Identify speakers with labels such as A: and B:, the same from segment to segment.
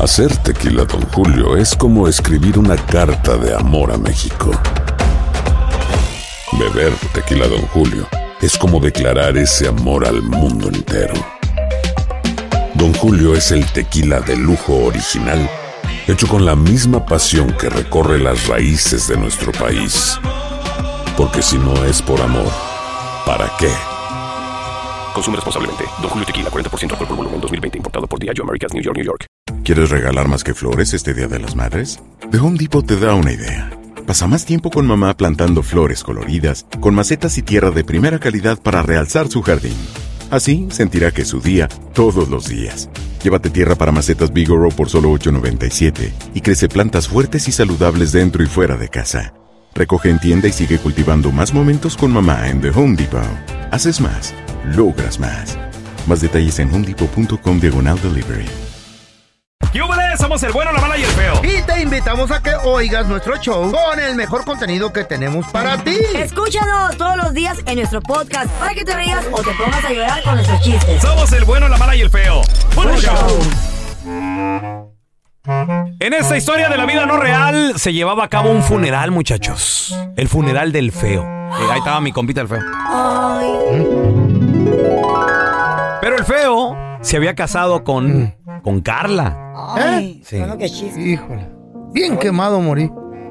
A: Hacer tequila Don Julio es como escribir una carta de amor a México. Beber tequila Don Julio es como declarar ese amor al mundo entero. Don Julio es el tequila de lujo original, hecho con la misma pasión que recorre las raíces de nuestro país. Porque si no es por amor, ¿para qué?
B: Consume responsablemente. Don Julio Tequila, 40% alcohol por volumen, 2020. Importado por Diageo Americas, New York, New York.
C: ¿Quieres regalar más que flores este Día de las Madres? The Home Depot te da una idea. Pasa más tiempo con mamá plantando flores coloridas, con macetas y tierra de primera calidad para realzar su jardín. Así sentirá que es su día todos los días. Llévate tierra para macetas Bigoro por solo $8.97 y crece plantas fuertes y saludables dentro y fuera de casa. Recoge en tienda y sigue cultivando más momentos con mamá en The Home Depot. Haces más, logras más. Más detalles en homedepot.com/delivery.
D: ¡Yúbales! Somos el bueno, la mala y el feo.
E: Y te invitamos a que oigas nuestro show con el mejor contenido que tenemos para ti.
F: Escúchanos todos los días en nuestro podcast para que te rías o te pongas a llorar con nuestros chistes.
D: Somos el bueno, la mala y el feo. ¡Buen show! En esta historia de la vida no real se llevaba a cabo un funeral, muchachos. El funeral del feo. Ahí estaba mi compita el feo.
F: Ay.
D: Pero el feo se había casado con Carla.
F: Ay,
D: Sí.
F: bueno, qué chiste.
E: Híjole. Bien quemado morí.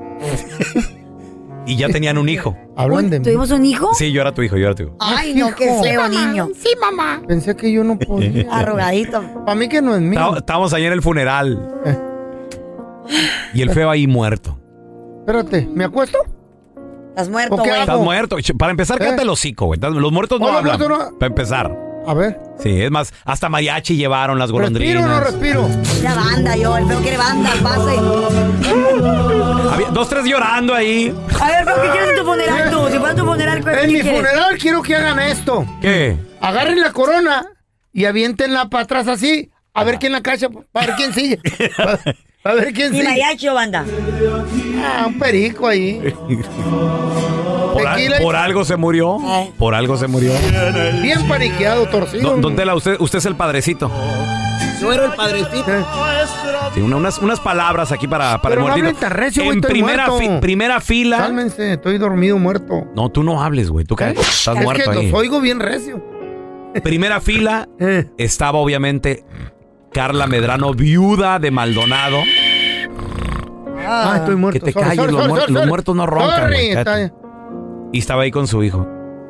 D: Y ya tenían un hijo.
E: Hablan de mí.
F: ¿Tuvimos un hijo?
D: Sí, yo era tu hijo, yo era tu hijo.
F: Ay, no, qué feo, niño.
G: Sí, mamá.
E: Pensé que yo no podía.
F: Arrugadito.
E: Para mí que no es mío.
D: Estábamos ahí en el funeral. Y el feo ahí muerto.
E: Espérate, ¿me acuesto?
F: Estás muerto,
E: ¿O qué
F: güey.
E: hago?
D: Estás muerto. Para empezar, cállate el hocico, güey. Los muertos no
E: Los
D: hablan.
E: muertos no-
D: Para empezar.
E: A ver.
D: Sí, es más, hasta mariachi llevaron las golondrinas.
E: ¿Respiro o no respiro?
F: La banda, yo. El feo quiere banda, pase.
D: Había 2, 3 llorando ahí.
F: A ver, feo, ¿qué quieres en tu funeral tú? Si fuera tu funeral, ¿qué
E: En mi
F: quieres?
E: funeral quiero que hagan esto.
D: ¿Qué?
E: Agarren la corona y aviéntenla para atrás así. A ver quién la cacha, para ver quién sigue. A ver quién
F: ¿Y
E: sigue.
F: mariachi o banda?
E: Ah, un perico ahí. Tequila y-
D: Por algo se murió. Por algo se murió.
E: Bien paniqueado, torcido.
D: Don Tela, usted es el padrecito.
E: Yo era el padrecito.
D: Sí, unas palabras aquí para el
E: Pero no
D: muertito.
E: hablen tan recio, güey,
D: En
E: estoy muerto.
D: primera fila.
E: Cálmense, estoy dormido, muerto.
D: No, tú no hables, güey. Tú cállate. Estás
E: Es
D: muerto
E: que
D: ahí.
E: los oigo bien recio.
D: Primera fila estaba obviamente Carla Medrano, viuda de Maldonado.
E: Ah, estoy muerto.
D: Que te
E: Sorry,
D: calles,
E: sorry,
D: los,
E: sorry,
D: los
E: sorry.
D: muertos no roncan,
E: Sorry,
D: güey,
E: está
D: cállate. Y estaba ahí con su hijo.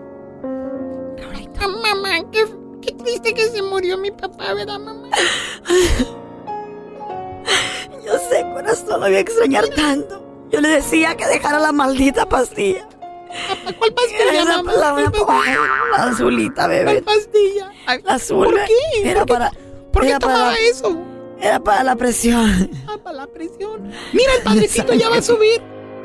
G: Mamá, qué triste que se murió mi papá, ¿verdad, mamá?
F: Yo sé, corazón, lo voy a extrañar tanto. Yo le decía que dejara la maldita pastilla.
G: ¿Cuál pastilla,
F: Esa,
G: mamá?
F: la azulita, bebé.
G: ¿Cuál pastilla?
F: La azul.
G: ¿Por qué?
F: Era para...
G: ¿Por qué
F: era para
G: tomaba
F: la-
G: eso?
F: Era para la presión.
G: Ah, para la presión. Mira, el padrecito ya va a subir.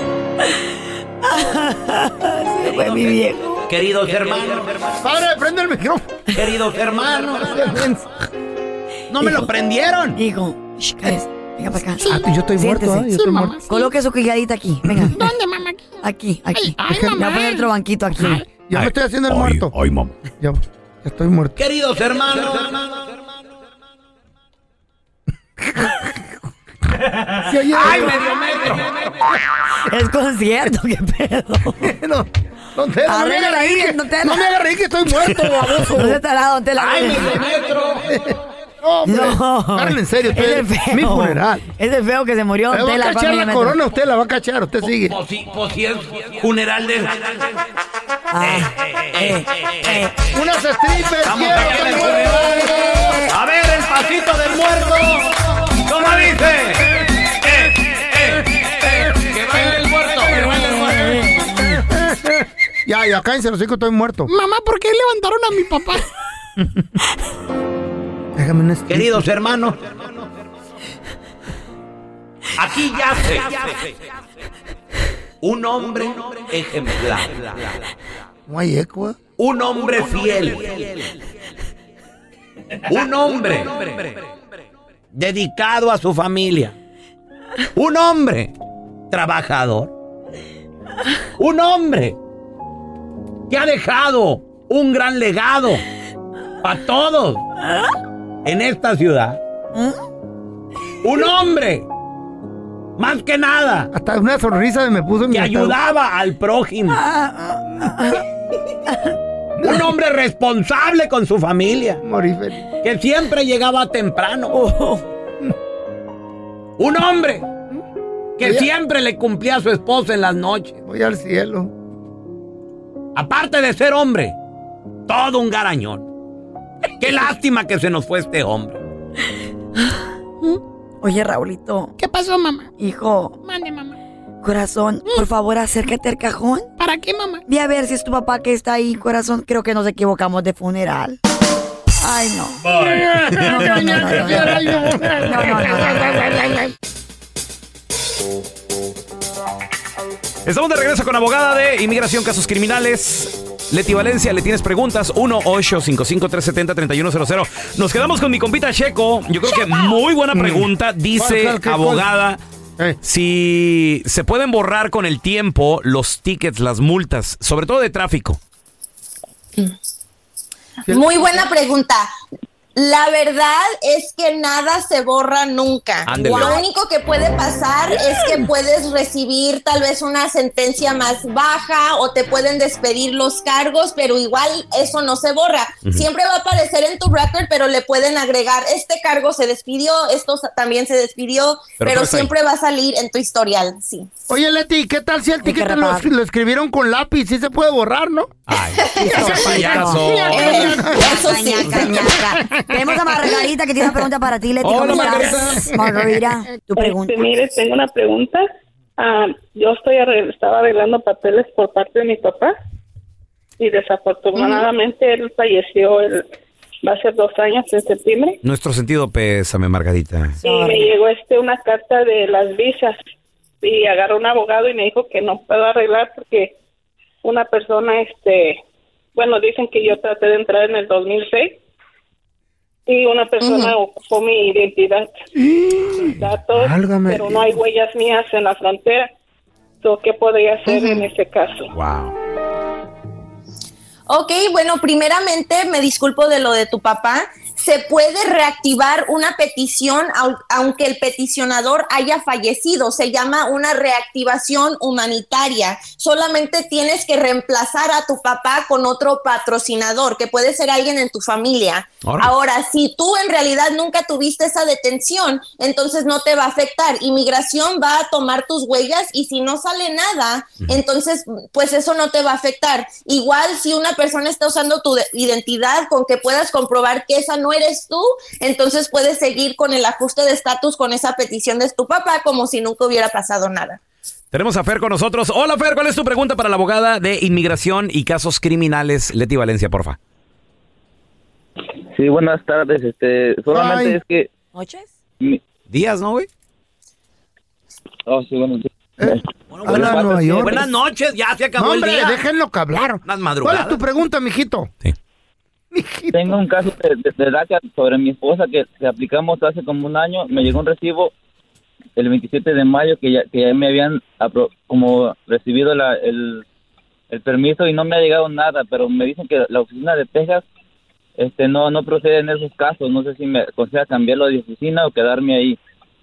F: Se fue mi viejo.
H: Queridos hermanos,
E: Padre, prende el micrófono.
H: queridos hermanos, no me lo prendieron.
F: Hijo, cállese. Venga para acá.
E: Ah, yo estoy muerto,
F: Siéntese.
E: ¿eh? Yo estoy muerto.
F: Coloque su quijadita aquí. Venga.
G: ¿Dónde, mamá?
F: Aquí.
G: Ay,
F: Me voy a
G: mamá.
F: poner otro banquito aquí.
E: Ya me estoy haciendo el muerto.
D: Ay, mamá.
E: Ya estoy muerto.
H: Queridos hermanos,
E: Sí, oye,
H: ¡ay, medio metro!
F: Es concierto, qué pedo.
E: no, don Tela, no me
F: Arréglala
E: haga
F: ahí,
E: reír,
F: don Tela.
E: no me haga reír que estoy muerto, baboso.
F: No se te la don Tela.
H: ¡Ay, medio metro!
E: No, hombre,
F: No.
E: háganle en serio,
F: Es
E: usted,
F: de feo.
E: mi funeral.
F: Es de feo que se murió
E: Le
F: don
E: va a
F: Tela.
E: cachar
F: familia
E: la
F: Metro.
E: corona, usted la va a cachar, usted sigue.
H: Pues si es funeral de...
E: Unas strippers,
H: Vamos
E: quiero
H: a ver
E: que
H: el
E: muera.
H: funeral. A ver el pasito del muerto. ¿Cómo dice? Que baile el muerto. Que baile el muerto.
E: Ya, cállense los hijos, estoy muerto.
G: Mamá, ¿por qué levantaron a mi papá?
E: Déjame una stripper.
H: Queridos hermanos, aquí yace un hombre ejemplar,
E: No hay eco, ¿eh?
H: un hombre fiel, un hombre dedicado a su familia, un hombre trabajador, un hombre que ha dejado un gran legado para todos en esta ciudad. Un hombre, más que nada,
E: Hasta una sonrisa me puso en
H: que
E: mi ataúd.
H: ayudaba al prójimo. Un hombre responsable con su familia,
E: Morí feliz.
H: que siempre llegaba temprano. Un hombre que siempre le cumplía a su esposa en las noches.
E: Voy al cielo.
H: Aparte de ser hombre, todo un garañón. Qué lástima que se nos fue este hombre.
F: Oye, Raulito.
G: ¿Qué pasó, mamá?
F: Hijo.
G: Mande, mamá.
F: Corazón, por favor, acércate al cajón.
G: ¿Para qué, mamá?
F: Ve a ver si es tu papá que está ahí, corazón. Creo que nos equivocamos de funeral. Ay, no.
D: Estamos de regreso con abogada de Inmigración, Casos Criminales, Leti Valencia. ¿Le tienes preguntas? 1-855-370-3100. Nos quedamos con mi compita Checo. Yo creo que muy buena pregunta. Dice abogada, si se pueden borrar con el tiempo los tickets, las multas, sobre todo de tráfico.
I: Muy buena pregunta. La verdad es que nada se borra nunca.
D: Ándele.
I: Lo único que puede pasar es que puedes recibir tal vez una sentencia más baja o te pueden despedir los cargos, pero igual eso no se borra. Siempre va a aparecer en tu record, pero le pueden agregar, este cargo se despidió, esto también se despidió, pero siempre va a salir en tu historial, sí.
E: Oye, Leti, ¿qué tal si el ticket lo escribieron con lápiz? Sí se puede borrar, ¿no?
D: Ay, payaso.
I: Eso sí.
F: Tenemos a Margarita que tiene una pregunta para ti, Leti.
D: Hola,
F: ¿Cómo estás? Margarita, tu pregunta.
J: Mire, tengo una pregunta. Yo estaba arreglando papeles por parte de mi papá y desafortunadamente él falleció, va a ser 2 años en septiembre.
D: Nuestro sentido pésame, Margarita.
J: Y me llegó una carta de las visas y agarré un abogado y me dijo que no puedo arreglar porque una persona, dicen que yo traté de entrar en el 2006 y una persona ocupó mi identidad, datos, pero no hay huellas mías en la frontera. ¿Qué podría hacer en ese caso?
D: Wow.
I: Ok, bueno, primeramente me disculpo de lo de tu papá. Se puede reactivar una petición aunque el peticionador haya fallecido. Se llama una reactivación humanitaria. Solamente tienes que reemplazar a tu papá con otro patrocinador, que puede ser alguien en tu familia. Ahora, si tú en realidad nunca tuviste esa detención, entonces no te va a afectar. Inmigración va a tomar tus huellas y si no sale nada, entonces pues eso no te va a afectar. Igual si una persona está usando tu identidad con que puedas comprobar que esa no eres tú, entonces puedes seguir con el ajuste de estatus con esa petición de tu papá como si nunca hubiera pasado nada.
D: Tenemos a Fer con nosotros. Hola, Fer, ¿cuál es tu pregunta para la abogada de Inmigración y Casos Criminales, Leti Valencia, porfa?
K: Sí, buenas tardes. Solamente es que...
F: ¿Noches?
D: Días, ¿no, güey?
K: Oh, sí, buenos días.
E: Hola, Nueva York.
H: Buenas noches, ya se acabó el día.
E: Déjenlo que hablar.
H: Unas madrugadas.
E: ¿Cuál es tu pregunta, mijito?
D: Sí.
K: Tengo un caso de DACA sobre mi esposa que aplicamos hace como un año. Me llegó un recibo el 27 de mayo que ya me habían como recibido el permiso y no me ha llegado nada, pero me dicen que la oficina de Texas no procede en esos casos. No sé si me aconseja cambiarlo de oficina o quedarme ahí.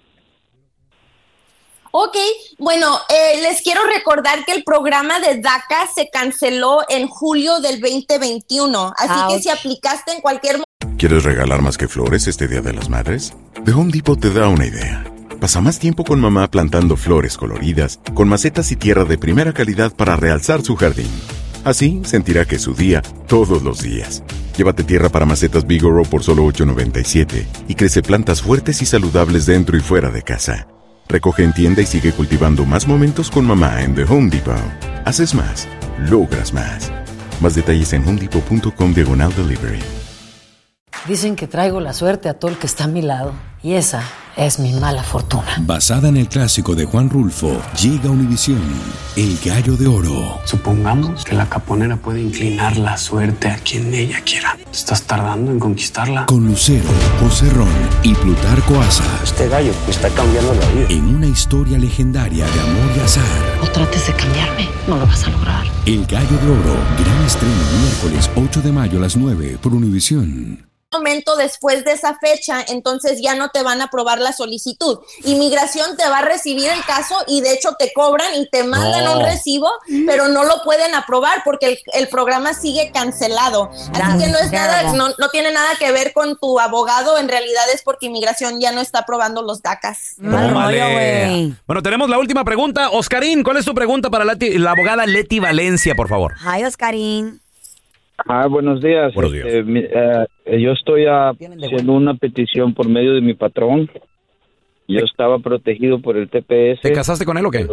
I: Ok, bueno, les quiero recordar que el programa de DACA se canceló en julio del 2021, así que si aplicaste en cualquier momento...
C: ¿Quieres regalar más que flores este Día de las Madres? The Home Depot te da una idea. Pasa más tiempo con mamá plantando flores coloridas, con macetas y tierra de primera calidad para realzar su jardín. Así sentirá que es su día todos los días. Llévate tierra para macetas Bigoro por solo $8.97 y crece plantas fuertes y saludables dentro y fuera de casa. Recoge en tienda y sigue cultivando más momentos con mamá en The Home Depot. Haces más, logras más. Más detalles en homedepot.com/delivery.
L: Dicen que traigo la suerte a todo el que está a mi lado. Y esa es mi mala fortuna.
M: Basada en el clásico de Juan Rulfo, llega Univisión, El Gallo de Oro.
N: Supongamos que la caponera puede inclinar la suerte a quien ella quiera. ¿Estás tardando en conquistarla?
M: Con Lucero, José Ron y Plutarco Asa.
N: Este gallo me está cambiando la vida.
M: En una historia legendaria de amor y azar.
L: No trates de cambiarme, no lo vas a lograr.
M: El Gallo de Oro, gran estreno miércoles 8 de mayo a las 9 por Univisión.
I: momento después de esa fecha, entonces ya no te van a aprobar la solicitud. Inmigración te va a recibir el caso y de hecho te cobran y te mandan un recibo, pero no lo pueden aprobar porque el programa sigue cancelado. Así que no es nada, no tiene nada que ver con tu abogado, en realidad es porque Inmigración ya no está aprobando los DACAs.
D: Bueno, tenemos la última pregunta. Oscarín, ¿cuál es tu pregunta para la abogada Leti Valencia, por favor?
O: Hi, Oscarín.
P: Buenos días.
D: Buenos días.
P: Yo estoy haciendo una petición por medio de mi patrón. Yo estaba protegido por el TPS.
D: ¿Te casaste con él o qué?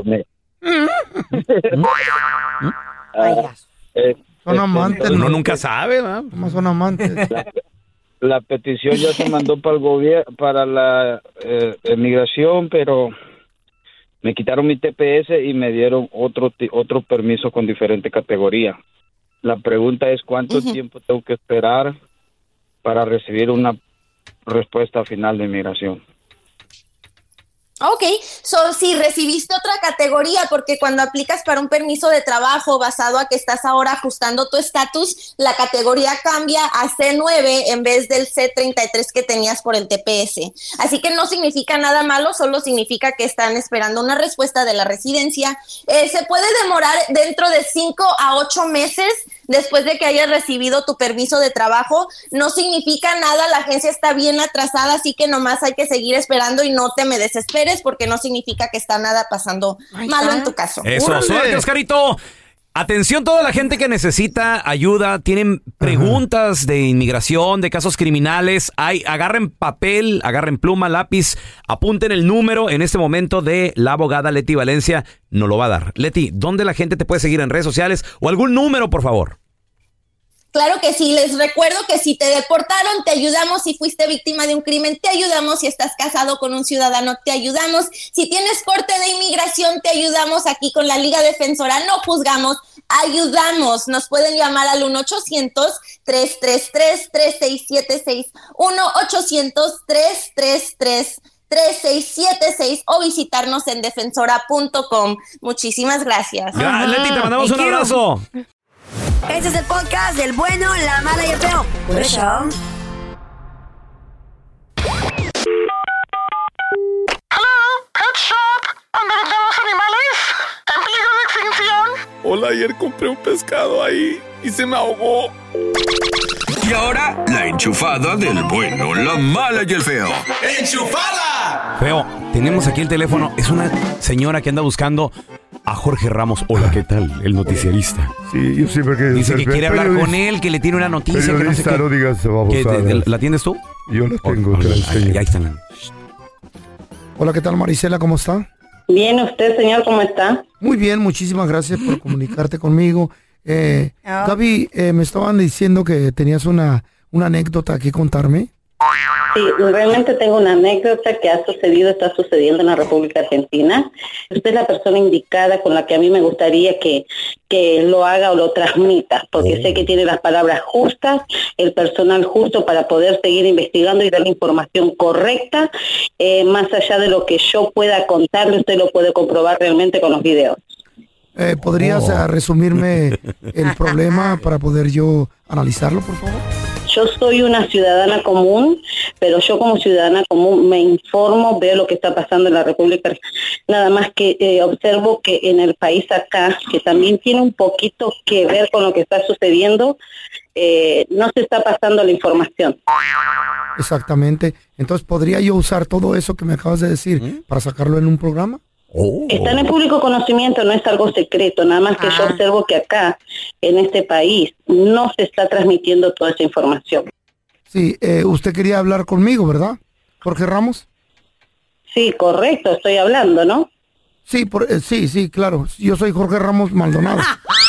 E: Son amantes.
D: Uno nunca sabe, ¿no?
E: ¿Cómo son amantes?
P: La petición ya se mandó para el gobierno, para la migración, pero me quitaron mi TPS y me dieron otro permiso con diferente categoría. La pregunta es ¿cuánto tiempo tengo que esperar para recibir una respuesta final de inmigración?
I: Ok, si recibiste otra categoría, porque cuando aplicas para un permiso de trabajo basado a que estás ahora ajustando tu estatus, la categoría cambia a C9 en vez del C33 que tenías por el TPS. Así que no significa nada malo, solo significa que están esperando una respuesta de la residencia. Se puede demorar dentro de 5 a 8 meses después de que hayas recibido tu permiso de trabajo. No significa nada, la agencia está bien atrasada, así que nomás hay que seguir esperando y no te me desesperes porque no significa que está nada pasando malo en tu caso.
D: Eso, suerte, Oscarito. Atención toda la gente que necesita ayuda, tienen preguntas de inmigración, de casos criminales, agarren papel, agarren pluma, lápiz, apunten el número en este momento de la abogada Leti Valencia, nos lo va a dar. Leti, ¿dónde la gente te puede seguir en redes sociales o algún número, por favor?
I: Claro que sí, les recuerdo que si te deportaron, te ayudamos. Si fuiste víctima de un crimen, te ayudamos. Si estás casado con un ciudadano, te ayudamos. Si tienes corte de inmigración, te ayudamos. Aquí con la Liga Defensora no juzgamos, ayudamos. Nos pueden llamar al 1-800-333-3676, 1-800-333-3676 o visitarnos en defensora.com. Muchísimas gracias.
D: Leti, te mandamos un abrazo.
O: Este es el podcast del bueno, la mala y el feo. Por eso.
G: Pet Shop, ¿dónde vendemos animales en peligro de extinción?
Q: Hola, ayer compré un pescado ahí y se me ahogó.
R: Y ahora, la enchufada del bueno, la mala y el feo.
Q: ¡Enchufada!
D: Feo, tenemos aquí el teléfono. Es una señora que anda buscando a Jorge Ramos. Hola, ¿qué tal? El noticiarista.
S: Sí, yo siempre que...
D: Dice que quiere hablar con él, que le tiene una noticia. Que no sé qué.
S: No digas babosada.
D: ¿La tienes tú?
S: Yo la tengo, te la enseño.
D: Ahí están.
E: Hola, ¿qué tal, Marisela? ¿Cómo está?
T: Bien, ¿usted, señor, cómo está?
E: Muy bien, muchísimas gracias por comunicarte conmigo. Gaby, me estaban diciendo que tenías una anécdota que contarme.
T: Sí, realmente tengo una anécdota que está sucediendo en la República Argentina. Usted es la persona indicada con la que a mí me gustaría que lo haga o lo transmita, porque sé que tiene las palabras justas, el personal justo para poder seguir investigando y dar la información correcta, más allá de lo que yo pueda contarle, usted lo puede comprobar realmente con los videos.
E: ¿Podrías resumirme el problema para poder yo analizarlo, por favor?
T: Yo soy una ciudadana común, pero yo como ciudadana común me informo, veo lo que está pasando en la República. Nada más que observo que en el país acá, que también tiene un poquito que ver con lo que está sucediendo, no se está pasando la información.
E: Exactamente. Entonces, ¿podría yo usar todo eso que me acabas de decir para sacarlo en un programa?
T: Está en el público conocimiento, no es algo secreto, nada más que yo observo que acá, en este país, no se está transmitiendo toda esa información.
E: Sí, usted quería hablar conmigo, ¿verdad, Jorge Ramos?
T: Sí, correcto, estoy hablando, ¿no?
E: Sí, sí, claro, yo soy Jorge Ramos Maldonado.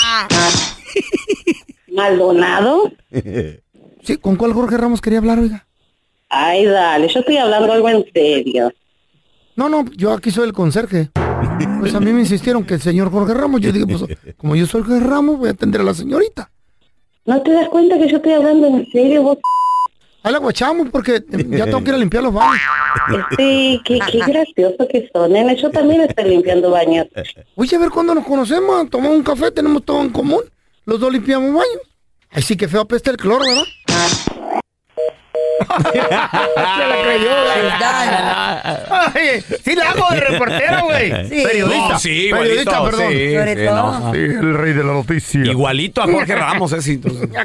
T: ¿Maldonado?
E: Sí, ¿con cuál Jorge Ramos quería hablar, oiga?
T: Ay, dale, yo estoy hablando algo en serio.
E: No, yo aquí soy el conserje. Pues a mí me insistieron que el señor Jorge Ramos, yo dije, pues como yo soy Jorge Ramos, voy a atender a la señorita.
T: ¿No te das cuenta que yo estoy hablando en serio, vos?
E: Ahí la guachamos porque ya tengo que ir a limpiar los baños.
T: Sí, qué gracioso que son, nene. Yo también estoy limpiando baños.
E: Oye, a ver cuándo nos conocemos, tomamos un café, tenemos todo en común. Los dos limpiamos baños. Ay, sí que feo apesta el cloro, ¿verdad? Se la creyó, güey. Sí la hago de reportero, güey.
D: Sí.
E: Periodista.
D: No, sí,
E: periodista,
D: igualito,
E: perdón.
D: sí,
O: Sobre
D: sí,
O: todo.
D: no.
E: Sí, el rey de la noticia.
D: Igualito a Jorge Ramos, sí.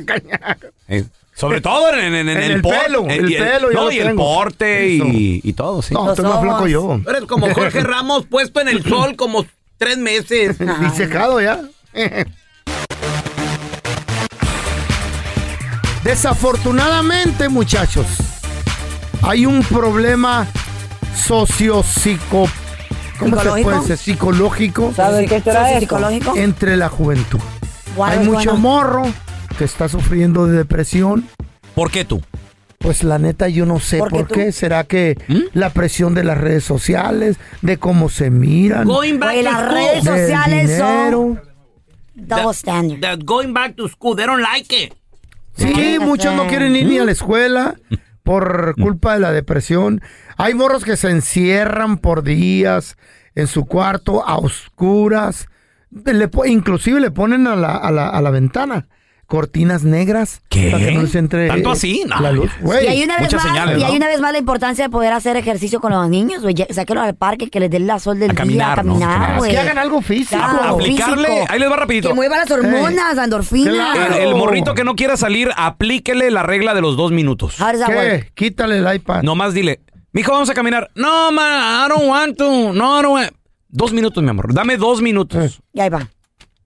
D: Sobre todo en el
E: pelo. El pelo,
D: no,
E: yo
D: y
E: lo
D: el
E: tengo.
D: porte y todo, sí.
E: No, estoy más flaco yo.
H: Eres como Jorge Ramos puesto en el sol como 3 meses.
E: Y secado ya. Desafortunadamente, muchachos, hay un problema sociopsico... ¿Cómo se puede decir? Psicológico.
O: ¿Saben qué será eso? ¿Psicológico?
E: Entre la juventud. Hay
O: es
E: mucho
O: bueno.
E: morro que está sufriendo de depresión.
D: ¿Por qué tú?
E: Pues la neta yo no sé por qué. ¿Será que la presión de las redes sociales, de cómo se miran?
H: Going back
O: Oye,
H: to
O: las
H: school.
O: redes
E: del
O: sociales
E: dinero?
O: son double standard.
H: That going back to school, they don't like it.
E: Sí, muchos no quieren ir ni a la escuela por culpa de la depresión. Hay morros que se encierran por días en su cuarto a oscuras. Inclusive le ponen a la ventana cortinas negras.
D: ¿Qué?
E: Para que no les entre
D: ¿Tanto así? No.
E: la luz. Güey,
O: Y hay una vez
D: muchas
O: más,
D: señales,
O: y hay
D: ¿no?
O: una vez más la importancia de poder hacer ejercicio con los niños, güey. Sáquenlos al parque, que les den la sol del día, a caminar, güey.
E: que hagan algo físico.
O: Claro,
D: Aplicarle,
O: físico.
D: ahí les va rapidito.
O: Que mueva las hormonas, la endorfina.
E: Claro.
D: El morrito que no quiera salir, aplíquele la regla de los 2 minutos.
O: How does that work?
E: ¿Qué? Quítale el iPad.
D: Nomás dile, mijo, vamos a caminar. No, man, I don't want to. No, I don't want. 2 minutos, mi amor. Dame 2 minutos.
O: Y ahí va.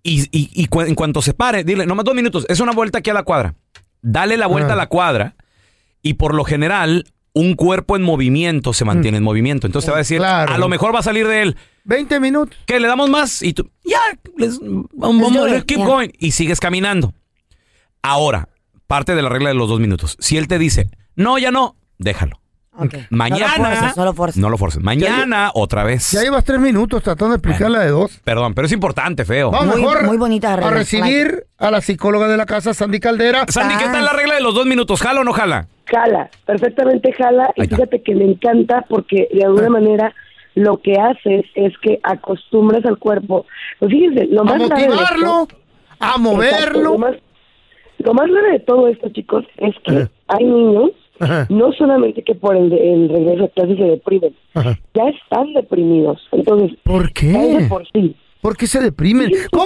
D: Y en cuanto se pare, dile, nomás 2 minutos. Es una vuelta aquí a la cuadra. Dale la vuelta a la cuadra. Y por lo general, un cuerpo en movimiento se mantiene en movimiento. Entonces te va a decir,
E: Claro.
D: a lo mejor va a salir de él.
E: 20 minutos.
D: ¿Qué? ¿Le damos más? Y tú, ya, vamos, let's keep going. Y sigues caminando. Ahora, parte de la regla de los 2 minutos. Si él te dice, no, ya no, déjalo.
O: Okay.
D: Mañana.
O: No lo forces.
D: No lo forces. Mañana, otra vez.
E: Ya llevas 3 minutos tratando de explicar la de 2.
D: Perdón, pero es importante, feo.
E: Vamos mejor
O: muy bonita
E: a
O: regla.
E: recibir a la psicóloga de la casa, Sandy Caldera.
D: Sandy, ¿qué tal la regla de los 2 minutos? ¿Jala o no jala?
U: Jala, perfectamente jala. Y fíjate que me encanta porque de alguna manera lo que haces es que acostumbras al cuerpo. Pues fíjense, lo más grave de
E: motivarlo,
U: esto-
E: a moverlo.
U: Exacto, lo más grave de todo esto, chicos, es que hay niños, no solamente que por el regreso a clases se deprimen, ya están deprimidos. Entonces,
E: ¿por qué?
U: De por sí.
E: ¿Por qué se deprimen? ¿Cómo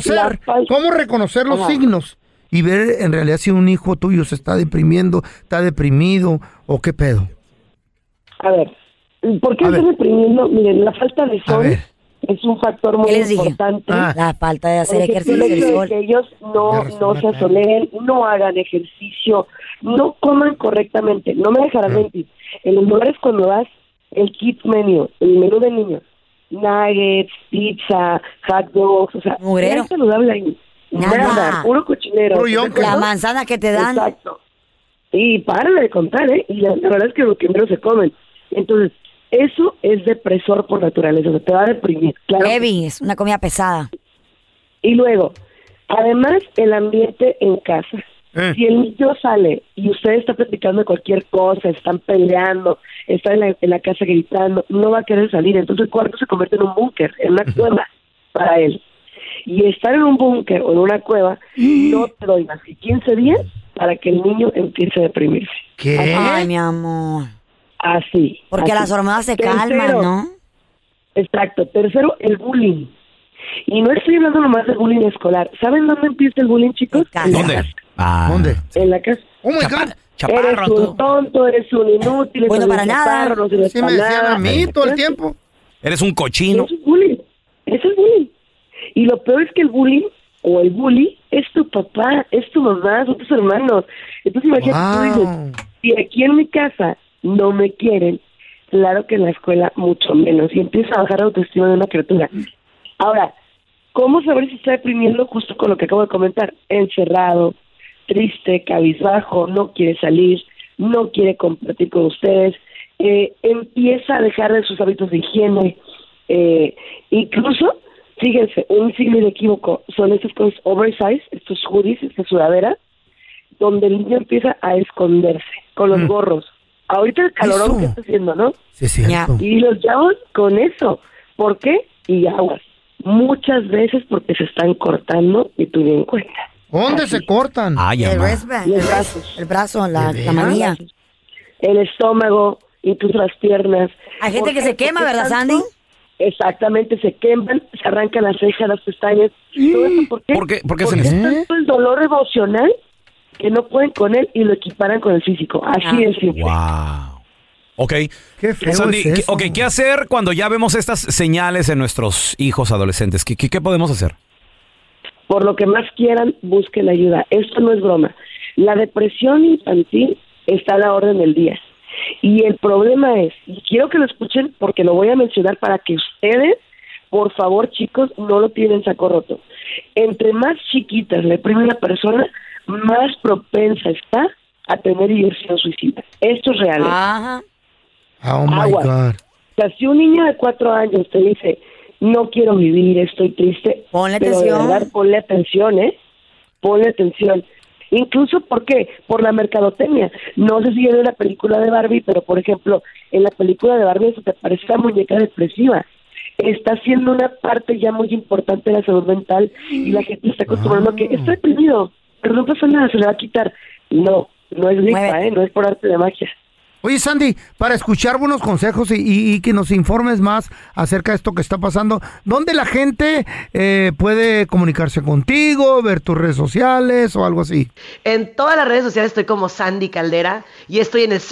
E: reconocer los signos? Y ver en realidad si un hijo tuyo se está deprimiendo, está deprimido o qué pedo.
U: A ver, ¿por qué están deprimiendo? Miren, la falta de sol es un factor muy importante.
O: La falta de hacer
U: Porque
O: ejercicio.
U: el hecho
O: el
U: de
O: sol.
U: que ellos no se asoleen, no hagan ejercicio, no coman correctamente. No me dejarás mentir. En los lugares cuando vas, el kids menu, el menú de niños, nuggets, pizza, hot dogs, o sea,
O: Mugrero.
U: es saludable ahí. Nada, puro cochinero.
O: Puro yonco. La manzana que te dan.
U: Exacto. Y párale de contar, ¿eh? Y la verdad es que lo que primero se comen. Entonces, eso es depresor por naturaleza, o sea, te va a deprimir. Claro.
O: Heavy, es una comida pesada.
U: Y luego, además, el ambiente en casa. Si el niño sale y usted está platicando de cualquier cosa, están peleando, está en la casa gritando, no va a querer salir. Entonces el cuarto se convierte en un búnker, en una cueva para él. Y estar en un búnker o en una cueva, no te doy más que 15 días para que el niño empiece a deprimirse.
E: ¿Qué?
O: Ay, mi amor.
U: Así.
O: Porque
U: así.
O: las hormonas se
U: Tercero,
O: calman, ¿no?
U: Exacto. Tercero, el bullying. Y no estoy hablando nomás del bullying escolar. ¿Saben dónde empieza el bullying, chicos? En la
D: ¿Dónde?
U: casa.
E: ¿Dónde?
U: En la casa.
E: Oh my God.
U: Eres un tonto, eres un inútil.
O: Bueno,
U: eres
O: para
U: un
O: nada.
U: chaparro, no sirves
E: Sí me
U: para
E: decían
U: nada.
E: a mí todo el tiempo.
D: Eres un cochino.
U: Eso es bullying. Eso es bullying. Y lo peor es que el bullying o el bully es tu papá, es tu mamá, son tus hermanos. Entonces imagínate, tú dices, si aquí en mi casa no me quieren, claro que en la escuela mucho menos. Y empieza a bajar la autoestima de una criatura. Ahora, ¿cómo saber si está deprimiendo? Justo con lo que acabo de comentar. Encerrado, triste, cabizbajo, no quiere salir, no quiere compartir con ustedes, empieza a dejar de sus hábitos de higiene, incluso, fíjense, un signo de equívoco son estas cosas oversize, estos hoodies, estas sudaderas, donde el niño empieza a esconderse con los gorros. Ahorita el calorón que está haciendo, ¿no?
E: Sí, es cierto.
U: Y los llaman con eso. ¿Por qué? Y aguas. Muchas veces porque se están cortando y tú ni en cuenta.
E: ¿Dónde se cortan?
D: Ay,
O: El
D: amá.
O: wristband,
U: Los brazos.
O: el brazo, la manilla.
U: el estómago, incluso las piernas.
O: Hay gente que se quema, ¿verdad, Sandy?
U: Exactamente, se queman, se arrancan las cejas, las pestañas. ¿Todo eso por qué?
D: ¿Por qué
U: Porque es tanto el dolor emocional que no pueden con él y lo equiparan con el físico. Así es simple.
D: Wow. Ok.
E: Qué feo
D: Sandy,
E: es eso.
D: ¿qué hacer cuando ya vemos estas señales en nuestros hijos adolescentes? ¿Qué podemos hacer?
U: Por lo que más quieran, busquen ayuda. Esto no es broma. La depresión infantil está a la orden del día. Y el problema es, y quiero que lo escuchen porque lo voy a mencionar para que ustedes, por favor, chicos, no lo tienen saco roto. Entre más chiquitas le prime la persona, más propensa está a tener ideación suicida. Esto es real.
O: Ajá.
E: Oh my
U: Aguas.
E: God.
U: O sea, si un niño de 4 años te dice, no quiero vivir, estoy triste,
O: Ponle
U: pero
O: atención.
U: de verdad, ponle atención, ponle atención. Incluso, ¿por qué? Por la mercadotecnia. No sé si vieron la película de Barbie, pero, por ejemplo, en la película de Barbie eso te parece una muñeca depresiva. Está siendo una parte ya muy importante de la salud mental y la gente está acostumbrando a que estoy deprimido, pero no pasa nada, se le va a quitar. No es gripa, no es por arte de magia.
E: Oye, Sandy, para escuchar buenos consejos y que nos informes más acerca de esto que está pasando, ¿dónde la gente puede comunicarse contigo, ver tus redes sociales o algo así?
A: En todas las redes sociales estoy como Sandy Caldera y estoy en el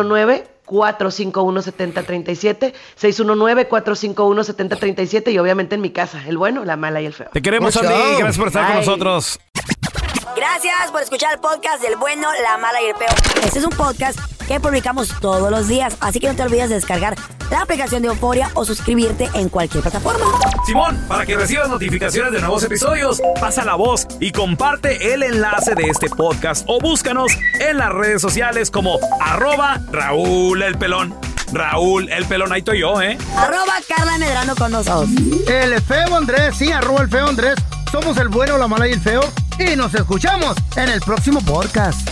A: 619-451-7037, 619-451-7037 y obviamente en mi casa, el bueno, la mala y el feo.
D: Te queremos, Sandy. Gracias por estar con nosotros.
O: Gracias por escuchar el podcast del bueno, la mala y el peor. Este es un podcast que publicamos todos los días, así que no te olvides de descargar la aplicación de Euforia o suscribirte en cualquier plataforma.
D: Simón, para que recibas notificaciones de nuevos episodios, pasa la voz y comparte el enlace de este podcast o búscanos en las redes sociales como @Raúl el Pelón. Raúl el Pelón, ahí estoy yo,
O: @Carla Medrano con nosotros.
E: El feo Andrés, sí, @el feo Andrés. Somos el bueno, la mala y el feo. Y nos escuchamos en el próximo podcast.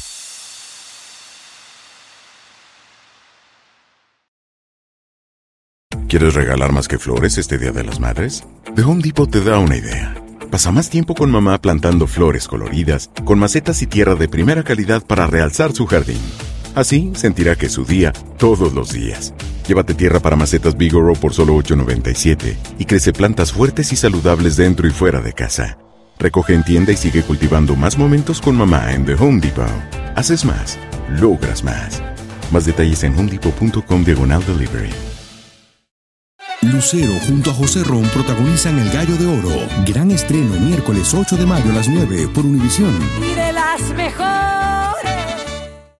C: ¿Quieres regalar más que flores este Día de las Madres? The Home Depot te da una idea. Pasa más tiempo con mamá plantando flores coloridas, con macetas y tierra de primera calidad para realzar su jardín. Así sentirá que es su día todos los días. Llévate tierra para macetas Bigoro por solo $8.97 y crece plantas fuertes y saludables dentro y fuera de casa. Recoge en tienda y sigue cultivando más momentos con mamá en The Home Depot. Haces más, logras más. Más detalles en homedepot.com/delivery.
M: Lucero junto a José Ron protagonizan El Gallo de Oro. Gran estreno miércoles 8 de mayo a las 9 por Univisión.
L: Y de las mejores.